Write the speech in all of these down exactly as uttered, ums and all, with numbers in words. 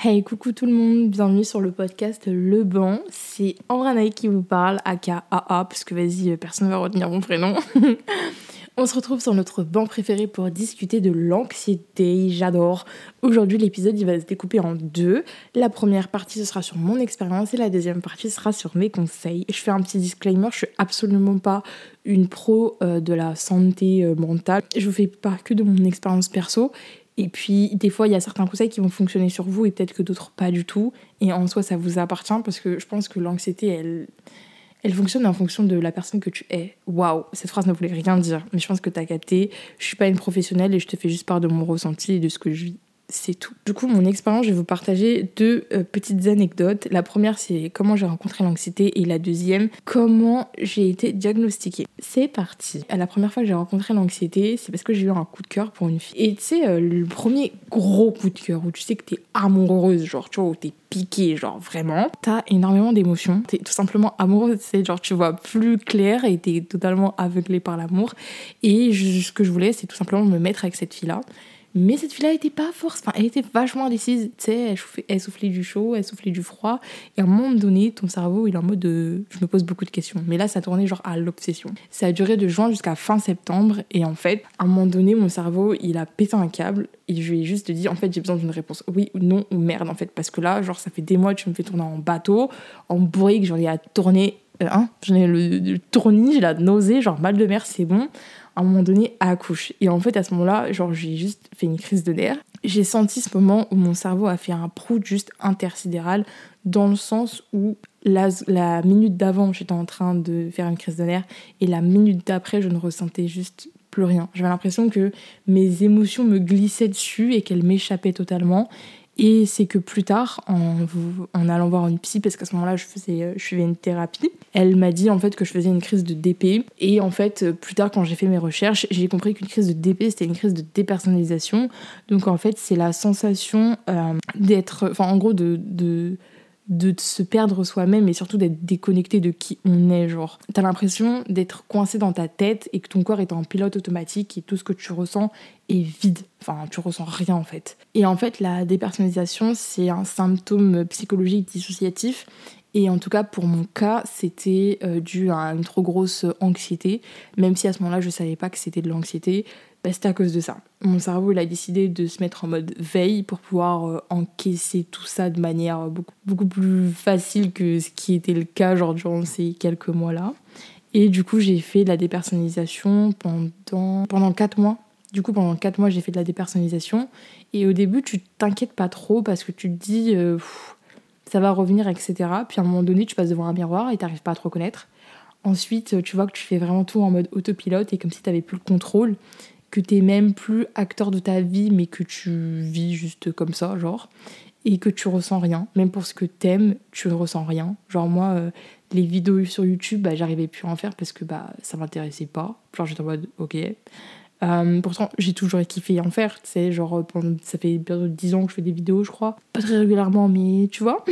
Hey, coucou tout le monde, bienvenue sur le podcast Le Banc. C'est Amranaï qui vous parle, aka A A, parce que vas-y, personne ne va retenir mon prénom. On se retrouve sur notre banc préféré pour discuter de l'anxiété, j'adore. Aujourd'hui, l'épisode il va se découper en deux. La première partie, ce sera sur mon expérience et la deuxième partie sera sur mes conseils. Je fais un petit disclaimer, je suis absolument pas une pro euh, de la santé euh, mentale. Je vous fais pas que de mon expérience perso. Et puis, des fois, il y a certains conseils qui vont fonctionner sur vous et peut-être que d'autres pas du tout. Et en soi, ça vous appartient parce que je pense que l'anxiété, elle, elle fonctionne en fonction de la personne que tu es. Waouh, cette phrase ne voulait rien dire. Mais je pense que t'as capté. Je suis pas une professionnelle et je te fais juste part de mon ressenti et de ce que je vis. C'est tout. Du coup, mon expérience, je vais vous partager deux euh, petites anecdotes. La première, c'est comment j'ai rencontré l'anxiété et la deuxième, comment j'ai été diagnostiquée. C'est parti. La première fois que j'ai rencontré l'anxiété, c'est parce que j'ai eu un coup de cœur pour une fille. Et tu sais, euh, le premier gros coup de cœur où tu sais que t'es amoureuse, genre, tu vois, où t'es piquée, genre, vraiment, t'as énormément d'émotions. T'es tout simplement amoureuse, c'est genre, tu vois plus clair et t'es totalement aveuglée par l'amour. Et je, ce que je voulais, c'est tout simplement me mettre avec cette fille-là. Mais cette fille-là était pas force, enfin, elle était vachement indécise, tu sais, elle, soufflait, elle soufflait du chaud, elle soufflait du froid, et à un moment donné, ton cerveau, il est en mode de... Je me pose beaucoup de questions, mais là, ça tournait genre à l'obsession. Ça a duré de juin jusqu'à fin septembre, et en fait, à un moment donné, mon cerveau, il a pété un câble, et je lui ai juste dit, en fait, j'ai besoin d'une réponse, oui ou non, ou merde, en fait, parce que là, genre, ça fait des mois que tu me fais tourner en bateau, en bourrique, j'en ai à tourner, euh, hein, j'en ai le, le tournis, j'ai la nausée, genre, mal de mer, c'est bon. À un moment donné, accouche. Et en fait, à ce moment-là, genre, j'ai juste fait une crise de nerfs. J'ai senti ce moment où mon cerveau a fait un prout juste intersidéral, dans le sens où la, la minute d'avant, j'étais en train de faire une crise de nerfs, et la minute d'après, je ne ressentais juste plus rien. J'avais l'impression que mes émotions me glissaient dessus et qu'elles m'échappaient totalement. Et c'est que plus tard, en, en allant voir une psy, parce qu'à ce moment-là, je, faisais, je suivais une thérapie, elle m'a dit en fait que je faisais une crise de D P. Et en fait, plus tard, quand j'ai fait mes recherches, j'ai compris qu'une crise de D P, c'était une crise de dépersonnalisation. Donc en fait, c'est la sensation euh, d'être... Enfin, en gros, de... de de se perdre soi-même et surtout d'être déconnecté de qui on est, genre. T'as l'impression d'être coincé dans ta tête et que ton corps est en pilote automatique et tout ce que tu ressens est vide. Enfin, tu ressens rien, en fait. Et en fait, la dépersonnalisation, c'est un symptôme psychologique dissociatif. Et en tout cas, pour mon cas, c'était euh, dû à une trop grosse anxiété. Même si à ce moment-là, je savais pas que c'était de l'anxiété, bah, c'était à cause de ça. Mon cerveau, il a décidé de se mettre en mode veille pour pouvoir euh, encaisser tout ça de manière beaucoup, beaucoup plus facile que ce qui était le cas genre, durant ces quelques mois-là. Et du coup, j'ai fait de la dépersonnalisation pendant, pendant quatre mois. Du coup, pendant quatre mois, j'ai fait de la dépersonnalisation. Et au début, tu t'inquiètes pas trop parce que tu te dis... Euh, pff, ça va revenir, et cetera. Puis à un moment donné, tu passes devant un miroir et t'arrives pas à te reconnaître. Ensuite, tu vois que tu fais vraiment tout en mode autopilote et comme si t'avais plus le contrôle, que t'es même plus acteur de ta vie, mais que tu vis juste comme ça, genre, et que tu ressens rien. Même pour ce que t'aimes, tu ne ressens rien. Genre moi, euh, les vidéos sur YouTube, bah, j'arrivais plus à en faire parce que bah, ça m'intéressait pas. Genre j'étais en mode, ok... Euh, pourtant, j'ai toujours kiffé en faire, tu sais, genre, pendant, ça fait bientôt dix ans que je fais des vidéos, je crois. Pas très régulièrement, mais tu vois.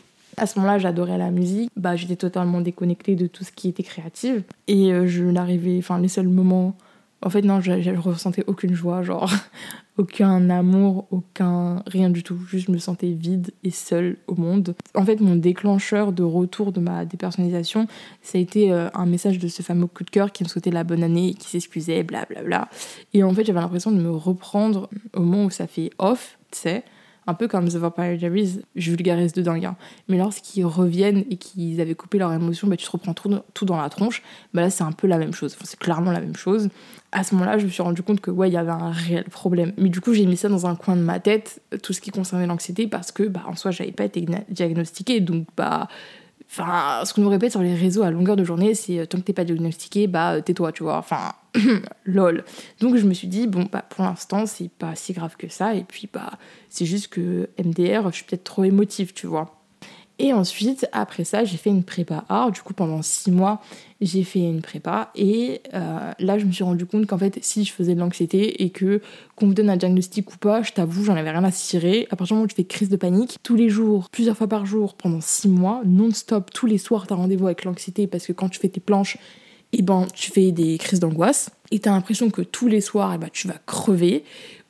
À ce moment-là, j'adorais la musique. Bah, j'étais totalement déconnectée de tout ce qui était créatif. Et euh, je n'arrivais... Enfin, les seuls moments... En fait, non, je, je ressentais aucune joie, genre... aucun amour, aucun... rien du tout. Juste, je me sentais vide et seule au monde. En fait, mon déclencheur de retour de ma dépersonnalisation, ça a été euh, un message de ce fameux coup de cœur qui me souhaitait la bonne année et qui s'excusait, blablabla. Et en fait, j'avais l'impression de me reprendre au moment où ça fait off, tu sais... Un peu comme The Vampire Diaries, je vulgarise de dingue. Hein. Mais lorsqu'ils reviennent et qu'ils avaient coupé leur émotion, bah, tu te reprends tout, tout dans la tronche. Bah là, c'est un peu la même chose. Enfin, c'est clairement la même chose. À ce moment-là, je me suis rendu compte que ouais, il y avait un réel problème. Mais du coup, j'ai mis ça dans un coin de ma tête, tout ce qui concernait l'anxiété, parce que bah, en soi, j'avais pas été diagnostiquée. Donc, bah... Enfin, ce qu'on nous répète sur les réseaux à longueur de journée, c'est tant que t'es pas diagnostiqué, bah tais-toi, tu vois. Enfin, lol. Donc je me suis dit, bon, bah pour l'instant, c'est pas si grave que ça. Et puis, bah, c'est juste que M D R, je suis peut-être trop émotive, tu vois. Et ensuite, après ça, j'ai fait une prépa art. Du coup, pendant six mois, j'ai fait une prépa. Et euh, là, je me suis rendu compte qu'en fait, si je faisais de l'anxiété et que qu'on me donne un diagnostic ou pas, je t'avoue, j'en avais rien à cirer. À partir du moment où tu fais crise de panique, tous les jours, plusieurs fois par jour, pendant six mois, non-stop, tous les soirs, t'as rendez-vous avec l'anxiété parce que quand tu fais tes planches, eh ben, tu fais des crises d'angoisse. Et t'as l'impression que tous les soirs, eh ben, tu vas crever.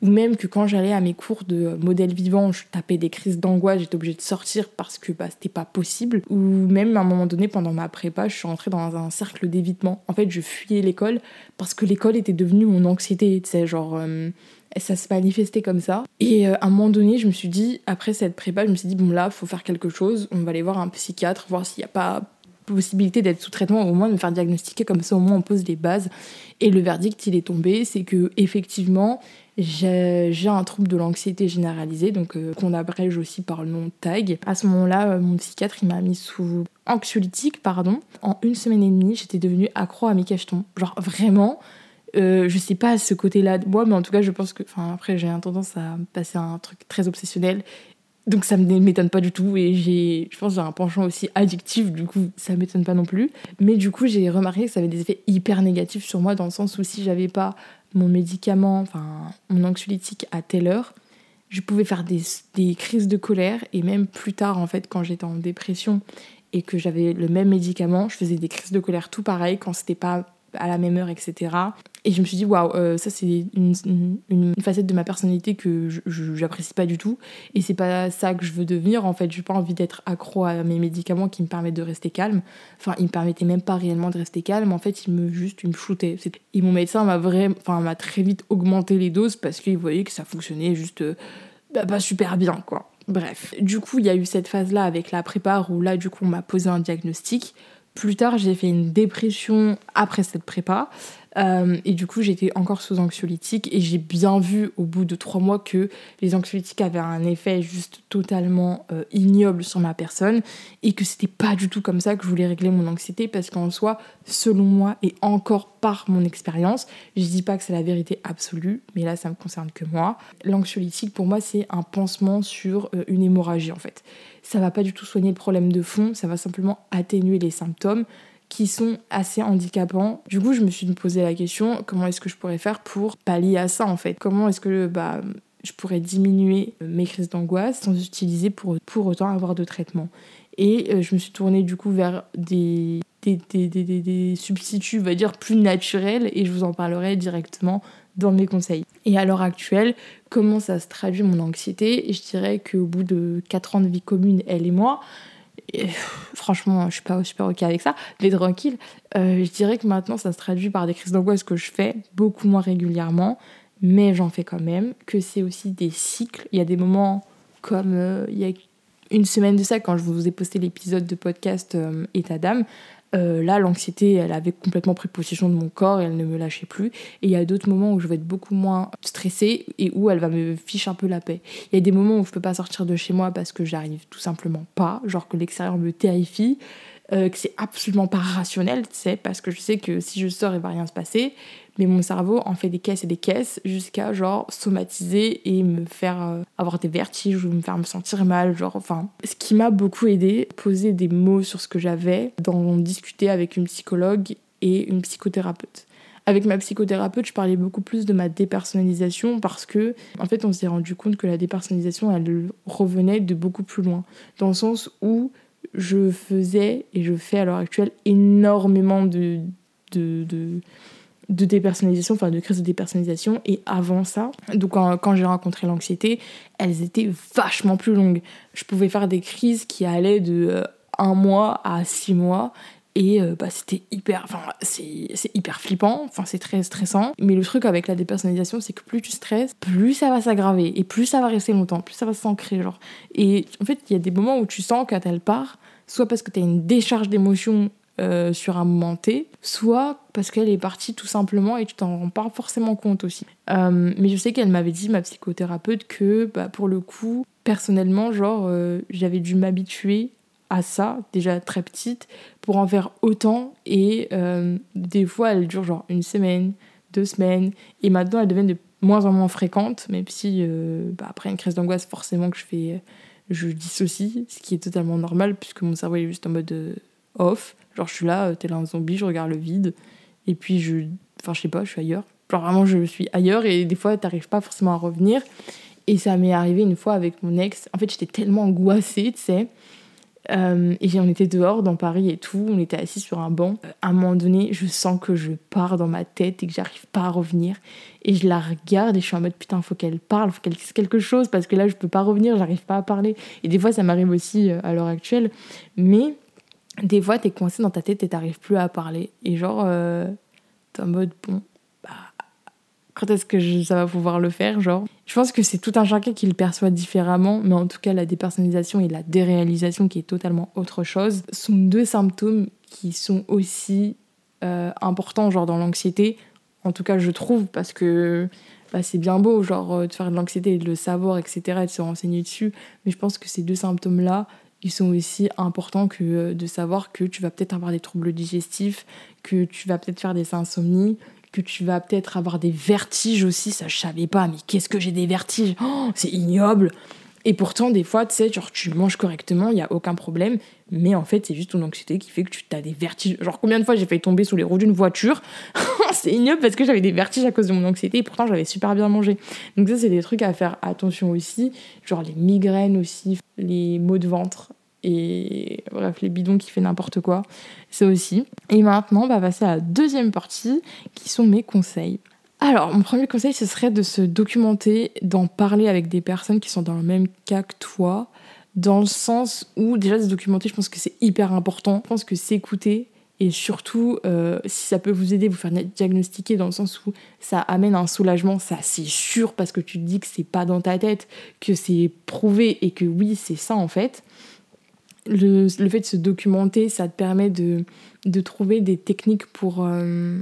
ou même que quand j'allais à mes cours de modèle vivant, je tapais des crises d'angoisse, j'étais obligée de sortir parce que bah, c'était pas possible, ou même à un moment donné pendant ma prépa, je suis rentrée dans un cercle d'évitement. En fait, je fuyais l'école parce que l'école était devenue mon anxiété, tu sais, genre euh, ça se manifestait comme ça. Et euh, à un moment donné, je me suis dit, après cette prépa, je me suis dit bon là, faut faire quelque chose, on va aller voir un psychiatre, voir s'il y a pas possibilité d'être sous traitement, au moins de me faire diagnostiquer, comme ça au moins on pose les bases. Et le verdict il est tombé, c'est que effectivement j'ai, j'ai un trouble de l'anxiété généralisée, donc euh, qu'on abrège aussi par le nom T A G. À ce moment-là, euh, mon psychiatre il m'a mis sous anxiolytique, pardon. En une semaine et demie, j'étais devenue accro à mes cachetons. Genre vraiment, euh, je sais pas ce côté-là de moi, mais en tout cas je pense que, enfin après j'ai tendance à passer à un truc très obsessionnel. Donc ça ne m'étonne pas du tout et j'ai, je pense que j'ai un penchant aussi addictif, du coup ça m'étonne pas non plus. Mais du coup j'ai remarqué que ça avait des effets hyper négatifs sur moi dans le sens où si j'avais pas mon médicament, enfin mon anxiolytique à telle heure, je pouvais faire des, des crises de colère et même plus tard en fait quand j'étais en dépression et que j'avais le même médicament, je faisais des crises de colère tout pareil quand c'était pas à la même heure, et cetera. Et je me suis dit, waouh, euh, ça c'est une, une, une facette de ma personnalité que je, je, j'apprécie pas du tout. Et c'est pas ça que je veux devenir, en fait. J'ai pas envie d'être accro à mes médicaments qui me permettent de rester calme. Enfin, ils me permettaient même pas réellement de rester calme. En fait, ils me, juste, ils me shootaient. Et mon médecin m'a, vraiment, enfin, m'a très vite augmenté les doses parce qu'il voyait que ça fonctionnait juste euh, bah, pas super bien, quoi. Bref. Du coup, il y a eu cette phase-là avec la prépa où là, du coup, on m'a posé un diagnostic. Plus tard, j'ai fait une dépression après cette prépa. Euh, et du coup, j'étais encore sous anxiolytique et j'ai bien vu au bout de trois mois que les anxiolytiques avaient un effet juste totalement euh, ignoble sur ma personne et que c'était pas du tout comme ça que je voulais régler mon anxiété parce qu'en soi, selon moi et encore par mon expérience, je dis pas que c'est la vérité absolue, mais là, ça me concerne que moi. L'anxiolytique, pour moi, c'est un pansement sur euh, une hémorragie en fait. Ça va pas du tout soigner le problème de fond, ça va simplement atténuer les symptômes qui sont assez handicapants. Du coup, je me suis posé la question, comment est-ce que je pourrais faire pour pallier à ça, en fait ? Comment est-ce que bah, je pourrais diminuer mes crises d'angoisse sans utiliser pour, pour autant avoir de traitement ? Et euh, je me suis tournée, du coup, vers des, des, des, des, des, des substituts, on va dire, plus naturels, et je vous en parlerai directement dans mes conseils. Et à l'heure actuelle, comment ça se traduit mon anxiété ? Et je dirais qu'au bout de quatre ans de vie commune, elle et moi, et, franchement, je suis pas super ok avec ça, mais tranquille, euh, je dirais que maintenant ça se traduit par des crises d'angoisse que je fais beaucoup moins régulièrement, mais j'en fais quand même, que c'est aussi des cycles. Il y a des moments comme euh, il y a une semaine de ça, quand je vous ai posté l'épisode de podcast euh, État d'âme, Euh, là, l'anxiété, elle avait complètement pris possession de mon corps et elle ne me lâchait plus. Et il y a d'autres moments où je vais être beaucoup moins stressée et où elle va me ficher un peu la paix. Il y a des moments où je peux pas sortir de chez moi parce que j'arrive tout simplement pas, genre que l'extérieur me terrifie, euh, que c'est absolument pas rationnel, tu sais, parce que je sais que si je sors, il va rien se passer. Mais mon cerveau en fait des caisses et des caisses jusqu'à genre somatiser et me faire euh, avoir des vertiges ou me faire me sentir mal, genre enfin. Ce qui m'a beaucoup aidé, poser des mots sur ce que j'avais, d'en discuter avec une psychologue et une psychothérapeute. Avec ma psychothérapeute, je parlais beaucoup plus de ma dépersonnalisation parce que, en fait, on s'est rendu compte que la dépersonnalisation, elle revenait de beaucoup plus loin. Dans le sens où je faisais, et je fais à l'heure actuelle, énormément de... de, de de dépersonnalisation, enfin de crise de dépersonnalisation, et avant ça, donc quand, quand j'ai rencontré l'anxiété, elles étaient vachement plus longues. Je pouvais faire des crises qui allaient de euh, un mois à six mois, et euh, bah, c'était hyper, enfin c'est, c'est hyper flippant, enfin c'est très stressant, mais le truc avec la dépersonnalisation, c'est que plus tu stresses, plus ça va s'aggraver, et plus ça va rester longtemps, plus ça va s'ancrer, genre. Et en fait, il y a des moments où tu sens quand elle part, soit parce que t'as une décharge d'émotions Euh, sur un moment T, soit parce qu'elle est partie tout simplement et tu t'en rends pas forcément compte aussi. Euh, mais je sais qu'elle m'avait dit, ma psychothérapeute, que bah, pour le coup, personnellement, genre, euh, j'avais dû m'habituer à ça, déjà très petite, pour en faire autant. Et euh, des fois, elle dure genre une semaine, deux semaines, et maintenant, elle devient de moins en moins fréquente, même si euh, bah, après une crise d'angoisse, forcément que je fais... je dissocie, ce qui est totalement normal, puisque mon cerveau est juste en mode euh, off. Genre, je suis là, tel un zombie, je regarde le vide, et puis je... Enfin, je sais pas, je suis ailleurs. Genre, vraiment, je suis ailleurs, et des fois, t'arrives pas forcément à revenir. Et ça m'est arrivé une fois avec mon ex. En fait, j'étais tellement angoissée, tu sais. Euh, et on était dehors dans Paris et tout, on était assis sur un banc. Euh, à un moment donné, je sens que je pars dans ma tête et que j'arrive pas à revenir. Et je la regarde et je suis en mode putain, faut qu'elle parle, faut qu'elle dise quelque chose parce que là, je peux pas revenir, j'arrive pas à parler. Et des fois, ça m'arrive aussi euh, à l'heure actuelle. Mais des fois, t'es coincé dans ta tête et t'arrives plus à parler. Et genre, euh, t'es en mode bon, bah, quand est-ce que je, ça va pouvoir le faire, genre. Je pense que c'est tout un chacun qui le perçoit différemment, mais en tout cas, la dépersonnalisation et la déréalisation, qui est totalement autre chose, sont deux symptômes qui sont aussi euh, importants, genre dans l'anxiété. En tout cas, je trouve, parce que bah, c'est bien beau, genre, de faire de l'anxiété et de le savoir, et cetera, et de se renseigner dessus, mais je pense que ces deux symptômes-là, ils sont aussi importants que de savoir que tu vas peut-être avoir des troubles digestifs, que tu vas peut-être faire des insomnies, que tu vas peut-être avoir des vertiges aussi, ça je savais pas, mais qu'est-ce que j'ai des vertiges, oh, c'est ignoble. Et pourtant, des fois, tu sais, genre tu manges correctement, il y a aucun problème, mais en fait, c'est juste ton anxiété qui fait que tu as des vertiges. Genre combien de fois j'ai failli tomber sous les roues d'une voiture, c'est ignoble parce que j'avais des vertiges à cause de mon anxiété et pourtant j'avais super bien mangé. Donc ça, c'est des trucs à faire attention aussi, genre les migraines aussi, les maux de ventre. Et bref, les bidons qui fait n'importe quoi, ça aussi. Et maintenant, on va passer à la deuxième partie, qui sont mes conseils. Alors, mon premier conseil, ce serait de se documenter, d'en parler avec des personnes qui sont dans le même cas que toi, dans le sens où, déjà, se documenter, je pense que c'est hyper important. Je pense que s'écouter, et surtout, euh, si ça peut vous aider, vous faire diagnostiquer, dans le sens où ça amène un soulagement, ça c'est sûr, parce que tu te dis que c'est pas dans ta tête, que c'est prouvé, et que oui, c'est ça, en fait. Le, le fait de se documenter, ça te permet de, de trouver des techniques pour, euh,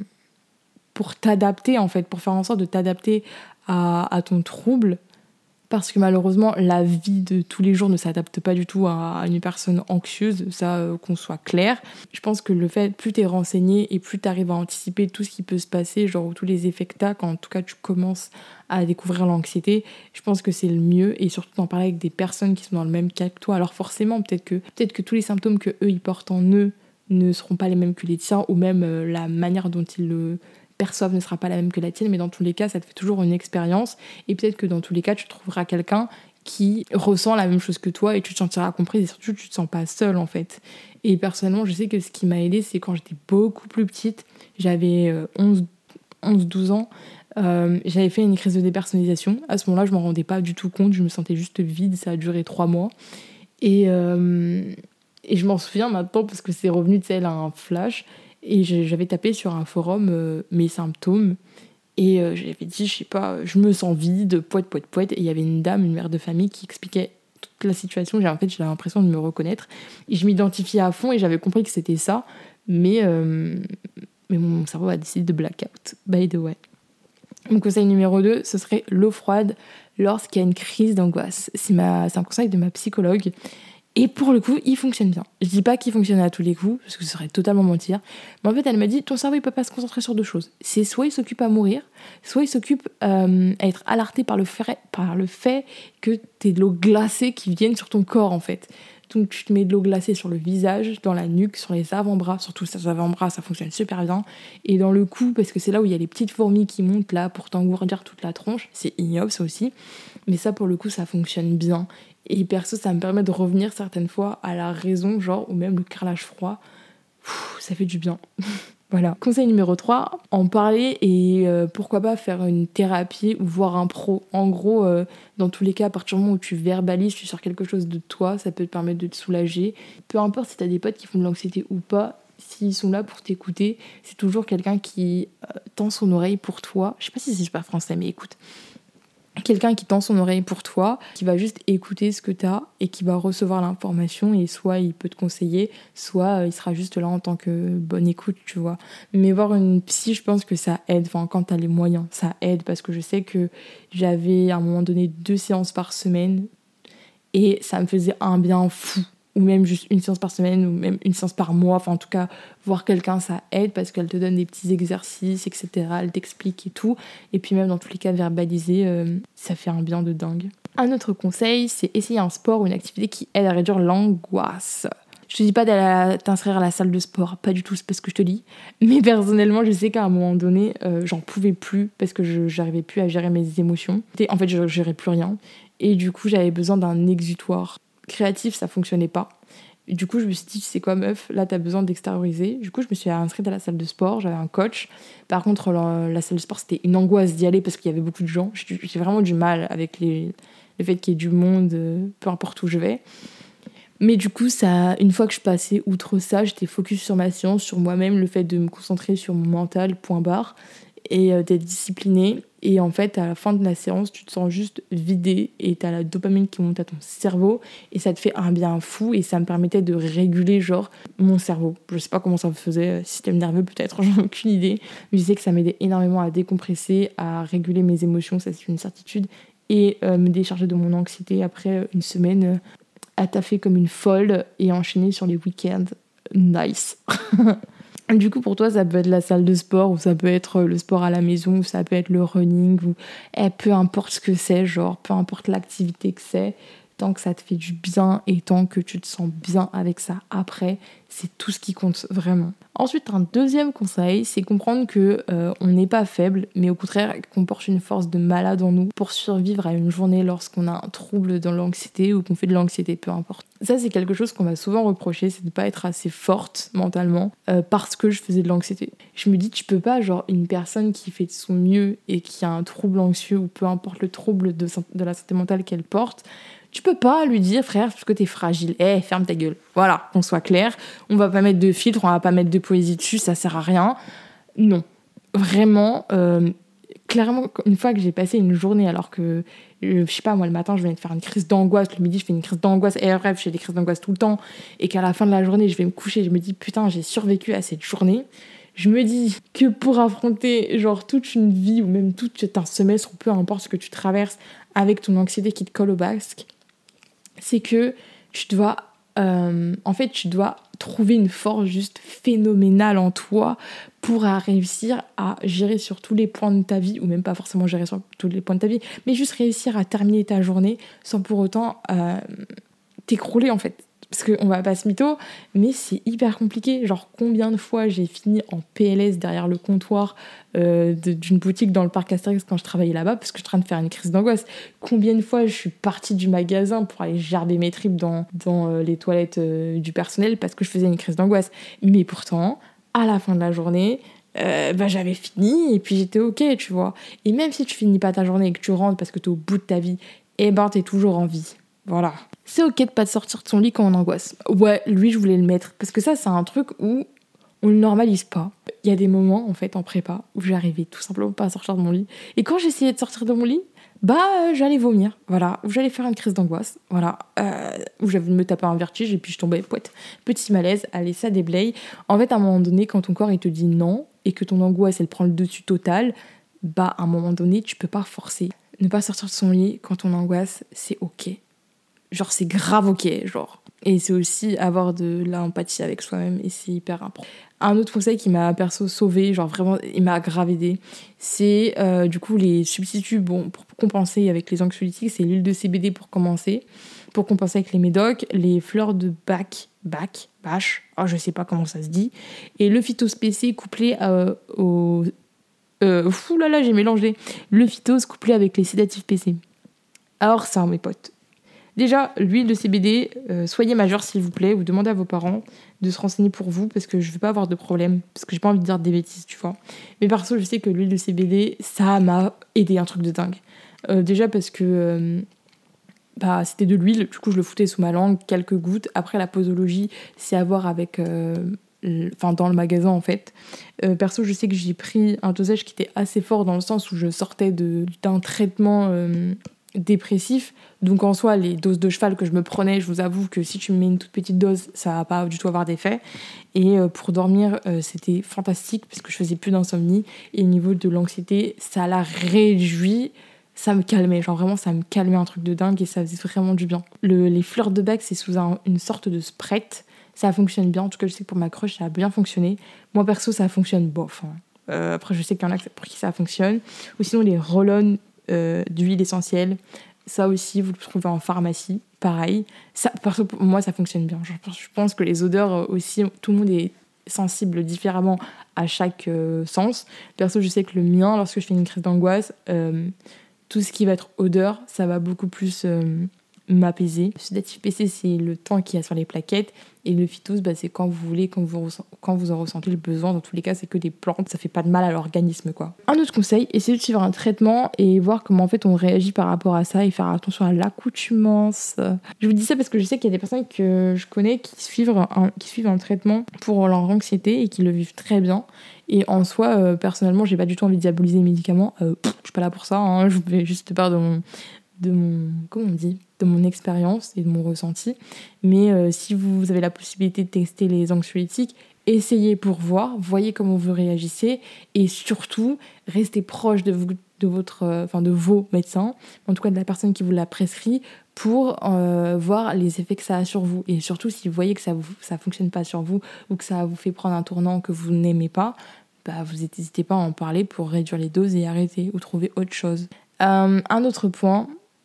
pour t'adapter, en fait, pour faire en sorte de t'adapter à, à ton trouble. Parce que malheureusement, la vie de tous les jours ne s'adapte pas du tout à une personne anxieuse, ça, euh, qu'on soit clair. Je pense que le fait, plus t'es renseigné et plus t'arrives à anticiper tout ce qui peut se passer, genre tous les effets que t'as, quand en tout cas tu commences à découvrir l'anxiété, je pense que c'est le mieux, et surtout d'en parler avec des personnes qui sont dans le même cas que toi. Alors forcément, peut-être que, peut-être que tous les symptômes que eux ils portent en eux ne seront pas les mêmes que les tiens, ou même euh, la manière dont ils le perçoivent ne sera pas la même que la tienne, mais dans tous les cas, ça te fait toujours une expérience, et peut-être que dans tous les cas, tu trouveras quelqu'un qui ressent la même chose que toi et tu te sentiras comprise, et surtout, tu te sens pas seule, en fait. Et personnellement, je sais que ce qui m'a aidée, c'est quand j'étais beaucoup plus petite, j'avais onze douze ans, euh, j'avais fait une crise de dépersonnalisation. À ce moment-là, je m'en rendais pas du tout compte, je me sentais juste vide, ça a duré trois mois. Et, euh, et je m'en souviens maintenant parce que c'est revenu, tu sais, là, un flash. Et j'avais tapé sur un forum euh, mes symptômes, et euh, j'avais dit, je sais pas, je me sens vide, poète, poète, poète. Et il y avait une dame, une mère de famille, qui expliquait toute la situation. J'ai, en fait, j'avais l'impression de me reconnaître. Et je m'identifiais à fond et j'avais compris que c'était ça. Mais, euh, mais mon cerveau a décidé de blackout, by the way. Mon conseil numéro deux, ce serait l'eau froide lorsqu'il y a une crise d'angoisse. C'est, ma, c'est un conseil de ma psychologue. Et pour le coup, il fonctionne bien. Je dis pas qu'il fonctionne à tous les coups, parce que ce serait totalement mentir. Mais en fait, elle m'a dit, ton cerveau, il peut pas se concentrer sur deux choses. C'est soit il s'occupe à mourir, soit il s'occupe euh, à être alerté par le fait, par le fait que t'aies de l'eau glacée qui vienne sur ton corps, en fait. Donc tu te mets de l'eau glacée sur le visage, dans la nuque, sur les avant-bras, surtout les avant-bras, ça fonctionne super bien. Et dans le cou, parce que c'est là où il y a les petites fourmis qui montent là pour t'engourdir toute la tronche. C'est ignoble, ça aussi. Mais ça, pour le coup, ça fonctionne bien. Et perso, ça me permet de revenir certaines fois à la raison, genre, ou même le carrelage froid. Pff, ça fait du bien. Voilà. Conseil numéro trois, en parler, et euh, pourquoi pas faire une thérapie ou voir un pro. En gros, euh, dans tous les cas, à partir du moment où tu verbalises, tu sors quelque chose de toi, ça peut te permettre de te soulager. Peu importe si t'as des potes qui font de l'anxiété ou pas, s'ils sont là pour t'écouter, c'est toujours quelqu'un qui euh, tend son oreille pour toi. Je sais pas si c'est super français, mais écoute. Quelqu'un qui tend son oreille pour toi, qui va juste écouter ce que t'as et qui va recevoir l'information, et soit il peut te conseiller, soit il sera juste là en tant que bonne écoute, tu vois. Mais voir une psy, je pense que ça aide, enfin quand t'as les moyens, ça aide, parce que je sais que j'avais à un moment donné deux séances par semaine et ça me faisait un bien fou. Ou même juste une séance par semaine, ou même une séance par mois. Enfin, en tout cas, voir quelqu'un, ça aide parce qu'elle te donne des petits exercices, et cetera. Elle t'explique et tout. Et puis même, dans tous les cas, verbaliser, euh, ça fait un bien de dingue. Un autre conseil, c'est essayer un sport ou une activité qui aide à réduire l'angoisse. Je te dis pas d'aller t'inscrire à la salle de sport, pas du tout, c'est pas ce que je te dis. Mais personnellement, je sais qu'à un moment donné, euh, j'en pouvais plus parce que je j'arrivais plus à gérer mes émotions. En fait, je gérais plus rien. Et du coup, j'avais besoin d'un exutoire. Créatif, ça fonctionnait pas. Du coup, je me suis dit, tu sais quoi, meuf, là, t'as besoin d'extérioriser. Du coup, je me suis inscrite à la salle de sport, j'avais un coach. Par contre, la, la salle de sport, c'était une angoisse d'y aller parce qu'il y avait beaucoup de gens. J'ai, j'ai vraiment du mal avec les, le fait qu'il y ait du monde, euh, peu importe où je vais. Mais du coup, ça, une fois que je passais outre ça, j'étais focus sur ma séance, sur moi-même, le fait de me concentrer sur mon mental, point barre, et euh, d'être disciplinée. Et en fait, à la fin de la séance, tu te sens juste vidé et t'as la dopamine qui monte à ton cerveau et ça te fait un bien fou et ça me permettait de réguler, genre, mon cerveau. Je sais pas comment ça me faisait, système nerveux peut-être, j'en ai aucune idée, mais je sais que ça m'aidait énormément à décompresser, à réguler mes émotions, ça c'est une certitude, et euh, me décharger de mon anxiété après une semaine euh, à taffer comme une folle et enchaîner sur les week-ends. Nice. Du coup, pour toi, ça peut être la salle de sport, ou ça peut être le sport à la maison, ou ça peut être le running, ou eh, peu importe ce que c'est, genre, peu importe l'activité que c'est, tant que ça te fait du bien et tant que tu te sens bien avec ça après, c'est tout ce qui compte vraiment. Ensuite, un deuxième conseil, c'est comprendre que euh, on n'est pas faible, mais au contraire qu'on porte une force de malade en nous pour survivre à une journée lorsqu'on a un trouble dans l'anxiété ou qu'on fait de l'anxiété, peu importe. Ça, c'est quelque chose qu'on m'a souvent reproché, c'est de pas être assez forte mentalement euh, parce que je faisais de l'anxiété. Je me dis, tu peux pas, genre, une personne qui fait de son mieux et qui a un trouble anxieux ou peu importe le trouble de, de la santé mentale qu'elle porte, tu peux pas lui dire, frère, parce que t'es fragile, eh, hey, ferme ta gueule. Voilà, qu'on soit clair. On va pas mettre de filtre, on va pas mettre de poésie dessus, ça sert à rien. Non. Vraiment, euh, clairement, une fois que j'ai passé une journée, alors que, euh, je sais pas, moi, le matin, je venais de faire une crise d'angoisse, le midi, je fais une crise d'angoisse, et bref, je fais des crises d'angoisse tout le temps, et qu'à la fin de la journée, je vais me coucher, je me dis, putain, j'ai survécu à cette journée. Je me dis que pour affronter, genre, toute une vie, ou même tout un semestre, ou peu importe ce que tu traverses, avec ton anxiété qui te colle au basque, c'est que tu dois, euh, en fait, tu dois trouver une force juste phénoménale en toi pour réussir à gérer sur tous les points de ta vie, ou même pas forcément gérer sur tous les points de ta vie, mais juste réussir à terminer ta journée sans pour autant euh, t'écrouler, en fait. Parce qu'on va pas se mytho, mais c'est hyper compliqué. Genre, combien de fois j'ai fini en P L S derrière le comptoir euh, de, d'une boutique dans le parc Astérix quand je travaillais là-bas, parce que je suis en train de faire une crise d'angoisse. Combien de fois je suis partie du magasin pour aller gerber mes tripes dans, dans euh, les toilettes euh, du personnel parce que je faisais une crise d'angoisse. Mais pourtant, à la fin de la journée, euh, bah, j'avais fini et puis j'étais ok, tu vois. Et même si tu finis pas ta journée et que tu rentres parce que t'es au bout de ta vie, eh ben t'es toujours en vie. Voilà. C'est ok de pas te sortir de son lit quand on angoisse. Ouais, lui, je voulais le mettre. Parce que ça, c'est un truc où on le normalise pas. Il y a des moments, en fait, en prépa, où j'arrivais tout simplement pas à sortir de mon lit. Et quand j'essayais de sortir de mon lit, bah, euh, j'allais vomir. Voilà. Ou j'allais faire une crise d'angoisse. Voilà. Euh, où j'allais me taper un vertige et puis je tombais, poète. Petit malaise. Allez, ça déblaye. En fait, à un moment donné, quand ton corps, il te dit non, et que ton angoisse, elle prend le dessus total, bah, à un moment donné, tu peux pas forcer. Ne pas sortir de son lit quand on angoisse, c'est ok. Genre, c'est grave ok, genre. Et c'est aussi avoir de l'empathie avec soi-même, et c'est hyper important. Un autre conseil qui m'a perso sauvé, genre vraiment, il m'a grave aidé, c'est euh, du coup les substituts, bon, pour compenser avec les anxiolytiques, c'est l'huile de C B D pour commencer, pour compenser avec les médocs, les fleurs de bac, bac, bâche, oh, je sais pas comment ça se dit, et le phytose P C couplé euh, au... Euh, fou là là, j'ai mélangé. Le phytose couplé avec les sédatifs P C. Alors ça, mes potes. Déjà, l'huile de C B D, euh, soyez majeur s'il vous plaît, ou demandez à vos parents de se renseigner pour vous, parce que je veux pas avoir de problème, parce que j'ai pas envie de dire des bêtises, tu vois. Mais perso, je sais que l'huile de C B D, ça m'a aidé un truc de dingue. Euh, déjà parce que euh, bah, c'était de l'huile, du coup je le foutais sous ma langue, quelques gouttes. Après, la posologie, c'est à voir avec... Euh, enfin dans le magasin en fait. Euh, perso, je sais que j'ai pris un dosage qui était assez fort dans le sens où je sortais de, d'un traitement... Euh, dépressif, donc en soi les doses de cheval que je me prenais, je vous avoue que si tu me mets une toute petite dose, ça va pas du tout avoir d'effet, et euh, pour dormir euh, c'était fantastique parce que je faisais plus d'insomnie, et au niveau de l'anxiété ça l'a réduit, ça me calmait, genre vraiment ça me calmait un truc de dingue et ça faisait vraiment du bien. Le, les fleurs de bac, c'est sous un, une sorte de Sprite, ça fonctionne bien, en tout cas je sais que pour ma crush ça a bien fonctionné, moi perso ça fonctionne bof, hein. Euh, après je sais qu'il y en a pour qui ça fonctionne, ou sinon les roll-on Euh, d'huile essentielle, ça aussi vous le trouvez en pharmacie, pareil, ça, parce que pour moi ça fonctionne bien. Je, je pense que les odeurs aussi, tout le monde est sensible différemment à chaque euh, sens. Perso, je sais que le mien, lorsque je fais une crise d'angoisse, euh, tout ce qui va être odeur, ça va beaucoup plus euh, m'apaiser. Le sédatif P C, c'est le temps qu'il y a sur les plaquettes. Et le phytose, bah, c'est quand vous voulez, quand vous, ressent- quand vous en ressentez le besoin. Dans tous les cas, c'est que des plantes, ça fait pas de mal à l'organisme, quoi. Un autre conseil, essayez de suivre un traitement et voir comment en fait on réagit par rapport à ça et faire attention à l'accoutumance. Je vous dis ça parce que je sais qu'il y a des personnes que je connais qui suivent un, qui suivent un traitement pour leur anxiété et qui le vivent très bien. Et en soi, euh, personnellement, j'ai pas du tout envie de diaboliser les médicaments. Euh, pff, je suis pas là pour ça, hein. Je vous fais juste part de mon, de mon, comment on dit, de mon expérience et de mon ressenti. Mais euh, si vous avez la possibilité de tester les anxiolytiques, essayez pour voir, voyez comment vous réagissez et surtout, restez proche de, vous, de, votre, euh, enfin, de vos médecins, en tout cas de la personne qui vous l'a prescrit, pour euh, voir les effets que ça a sur vous. Et surtout, si vous voyez que ça ne ça fonctionne pas sur vous ou que ça vous fait prendre un tournant que vous n'aimez pas, bah, vous n'hésitez pas à en parler pour réduire les doses et arrêter ou trouver autre chose. Euh, un autre point,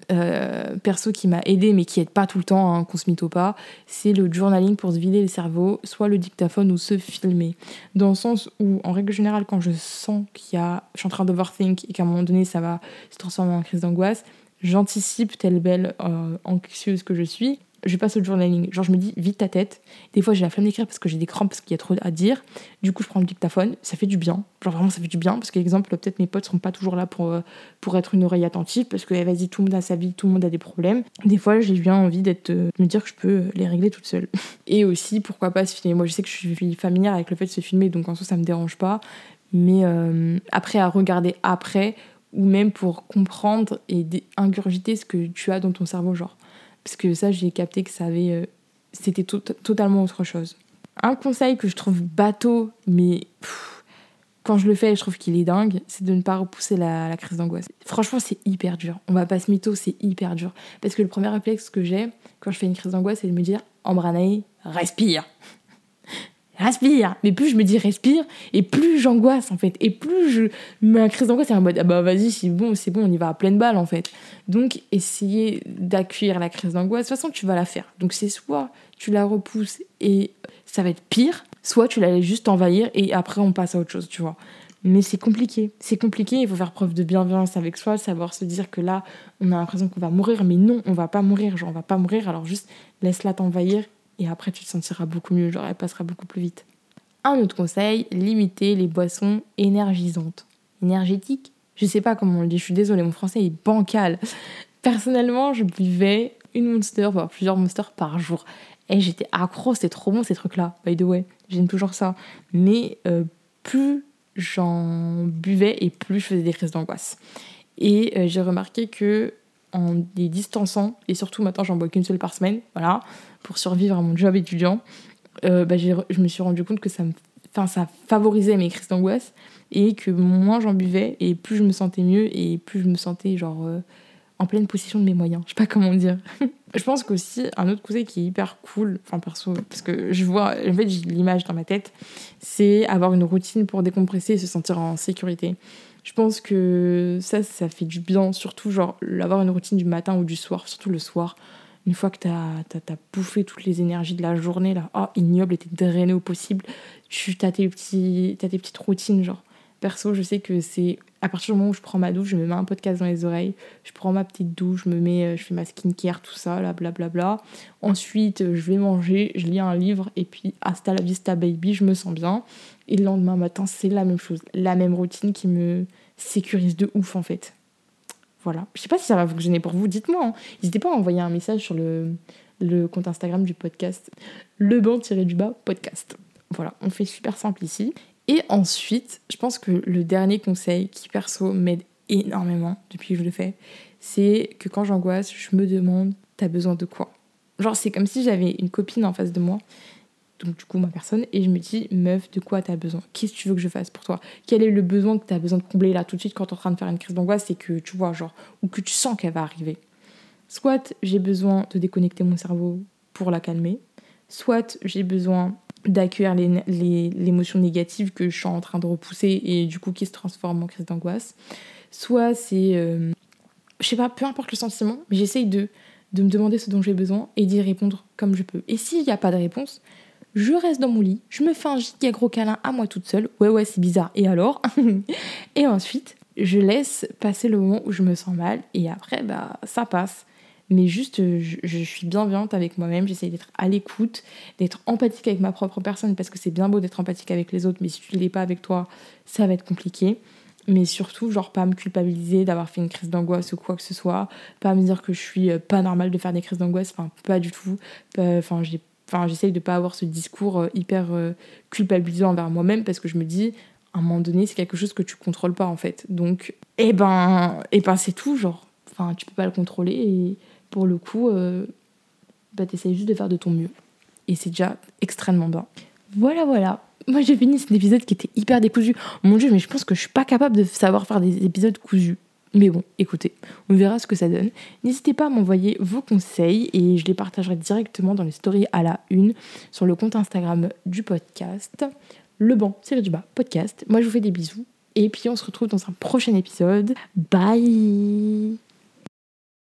Euh, perso qui m'a aidé mais qui aide pas tout le temps, hein, qu'on se mytho pas, c'est le journaling pour se vider le cerveau, soit le dictaphone ou se filmer, dans le sens où en règle générale quand je sens qu'il y a je suis en train d'overthink et qu'à un moment donné ça va se transformer en crise d'angoisse, j'anticipe telle belle euh, anxieuse que je suis, je passe au journaling. Genre, je me dis, vide ta tête. Des fois, j'ai la flemme d'écrire parce que j'ai des crampes, parce qu'il y a trop à dire. Du coup, je prends le dictaphone. Ça fait du bien. Genre, vraiment, ça fait du bien. Parce que, exemple, peut-être mes potes seront pas toujours là pour, euh, pour être une oreille attentive. Parce que, eh, vas-y, tout le monde a sa vie, tout le monde a des problèmes. Des fois, j'ai bien envie d'être, euh, de me dire que je peux les régler toute seule. Et aussi, pourquoi pas se filmer. Moi, je sais que je suis familière avec le fait de se filmer, donc en soi, ça me dérange pas. Mais euh, après, à regarder après, ou même pour comprendre et dé- ingurgiter ce que tu as dans ton cerveau, genre. Parce que ça, j'ai capté que ça avait, euh, c'était to- totalement autre chose. Un conseil que je trouve bateau, mais pff, quand je le fais, je trouve qu'il est dingue, c'est de ne pas repousser la, la crise d'angoisse. Franchement, c'est hyper dur. On va pas se mytho, c'est hyper dur. Parce que le premier réflexe que j'ai quand je fais une crise d'angoisse, c'est de me dire « Ambre Anaï, respire !» Respire. Mais plus je me dis respire, et plus j'angoisse en fait. Et plus je ma crise d'angoisse, c'est en mode ah bah vas-y, c'est bon, c'est bon, on y va à pleine balle en fait. Donc essayez d'accueillir la crise d'angoisse. De toute façon, tu vas la faire. Donc c'est soit tu la repousses et ça va être pire, soit tu la laisses juste envahir et après on passe à autre chose, tu vois. Mais c'est compliqué. C'est compliqué, il faut faire preuve de bienveillance avec soi, savoir se dire que là, on a l'impression qu'on va mourir, mais non, on va pas mourir. Genre, on va pas mourir, alors juste laisse-la t'envahir. Et après, tu te sentiras beaucoup mieux, genre elle passera beaucoup plus vite. Un autre conseil, limiter les boissons énergisantes. Énergétiques ? Je sais pas comment on le dit, je suis désolée, mon français est bancal. Personnellement, je buvais une Monster, voire plusieurs Monsters par jour. Et j'étais accro, c'était trop bon ces trucs-là, by the way. J'aime toujours ça. Mais euh, plus j'en buvais et plus je faisais des crises d'angoisse. Et euh, j'ai remarqué que en les distançant, et surtout maintenant j'en bois qu'une seule par semaine, voilà, pour survivre à mon job étudiant, euh, bah, j'ai, je me suis rendu compte que ça, me, enfin, ça favorisait mes crises d'angoisse et que moins j'en buvais et plus je me sentais mieux et plus je me sentais genre euh, en pleine possession de mes moyens. Je sais pas comment dire. Je pense qu'aussi un autre conseil qui est hyper cool, enfin perso, parce que je vois, en fait j'ai l'image dans ma tête, c'est avoir une routine pour décompresser et se sentir en sécurité. Je pense que ça, ça fait du bien, surtout genre avoir une routine du matin ou du soir, surtout le soir. Une fois que t'as, t'as, t'as bouffé toutes les énergies de la journée, là, oh, ignoble, et t'es drainé au possible, tu t'as tes, petits, t'as tes petites routines, genre. Perso, je sais que c'est à partir du moment où je prends ma douche, je me mets un podcast dans les oreilles, je prends ma petite douche, je me mets, je fais ma skincare, tout ça, là, blablabla. Ensuite, je vais manger, je lis un livre, et puis hasta la vista baby, je me sens bien. Et le lendemain matin, c'est la même chose, la même routine qui me sécurise de ouf, en fait. Voilà. Je sais pas si ça va fonctionner pour vous, dites-moi. Hein. N'hésitez pas à envoyer un message sur le, le compte Instagram du podcast, le banc-du-bas podcast. Voilà, on fait super simple ici. Et ensuite, je pense que le dernier conseil qui, perso, m'aide énormément depuis que je le fais, c'est que quand j'angoisse, je me demande « t'as besoin de quoi ?» Genre, c'est comme si j'avais une copine en face de moi, donc du coup ma personne, et je me dis « meuf, de quoi t'as besoin ? Qu'est-ce que tu veux que je fasse pour toi ? Quel est le besoin que t'as besoin de combler là tout de suite quand t'es en train de faire une crise d'angoisse et que tu vois, genre, ou que tu sens qu'elle va arriver. Soit j'ai besoin de déconnecter mon cerveau pour la calmer, soit j'ai besoin d'accueillir les, les, l'émotion négative que je suis en train de repousser et du coup qui se transforme en crise d'angoisse, soit c'est, euh, je sais pas, peu importe le sentiment, mais j'essaye de, de me demander ce dont j'ai besoin et d'y répondre comme je peux. Et s'il n'y a pas de réponse, je reste dans mon lit, je me fais un giga gros câlin à moi toute seule, ouais ouais c'est bizarre, et alors et ensuite, je laisse passer le moment où je me sens mal et après, bah ça passe. mais juste je, je suis bienveillante avec moi-même, j'essaye d'être à l'écoute, d'être empathique avec ma propre personne, parce que c'est bien beau d'être empathique avec les autres, mais si tu ne l'es pas avec toi, ça va être compliqué. Mais surtout, genre, pas me culpabiliser d'avoir fait une crise d'angoisse ou quoi que ce soit, pas me dire que je suis pas normale de faire des crises d'angoisse, enfin, pas du tout. Enfin, j'ai, enfin, j'essaye de pas avoir ce discours hyper euh, culpabilisant envers moi-même, parce que je me dis, à un moment donné, c'est quelque chose que tu contrôles pas, en fait. Donc, eh ben, eh ben c'est tout, genre, enfin, tu peux pas le contrôler, et pour le coup, euh, bah, t'essayes juste de faire de ton mieux. Et c'est déjà extrêmement bien. Voilà, voilà. Moi, j'ai fini cet épisode qui était hyper décousu. Mon Dieu, mais je pense que je suis pas capable de savoir faire des épisodes cousus. Mais bon, écoutez, on verra ce que ça donne. N'hésitez pas à m'envoyer vos conseils et je les partagerai directement dans les stories à la une sur le compte Instagram du podcast. Le banc, c'est le du bas, podcast. Moi, je vous fais des bisous. Et puis, on se retrouve dans un prochain épisode. Bye!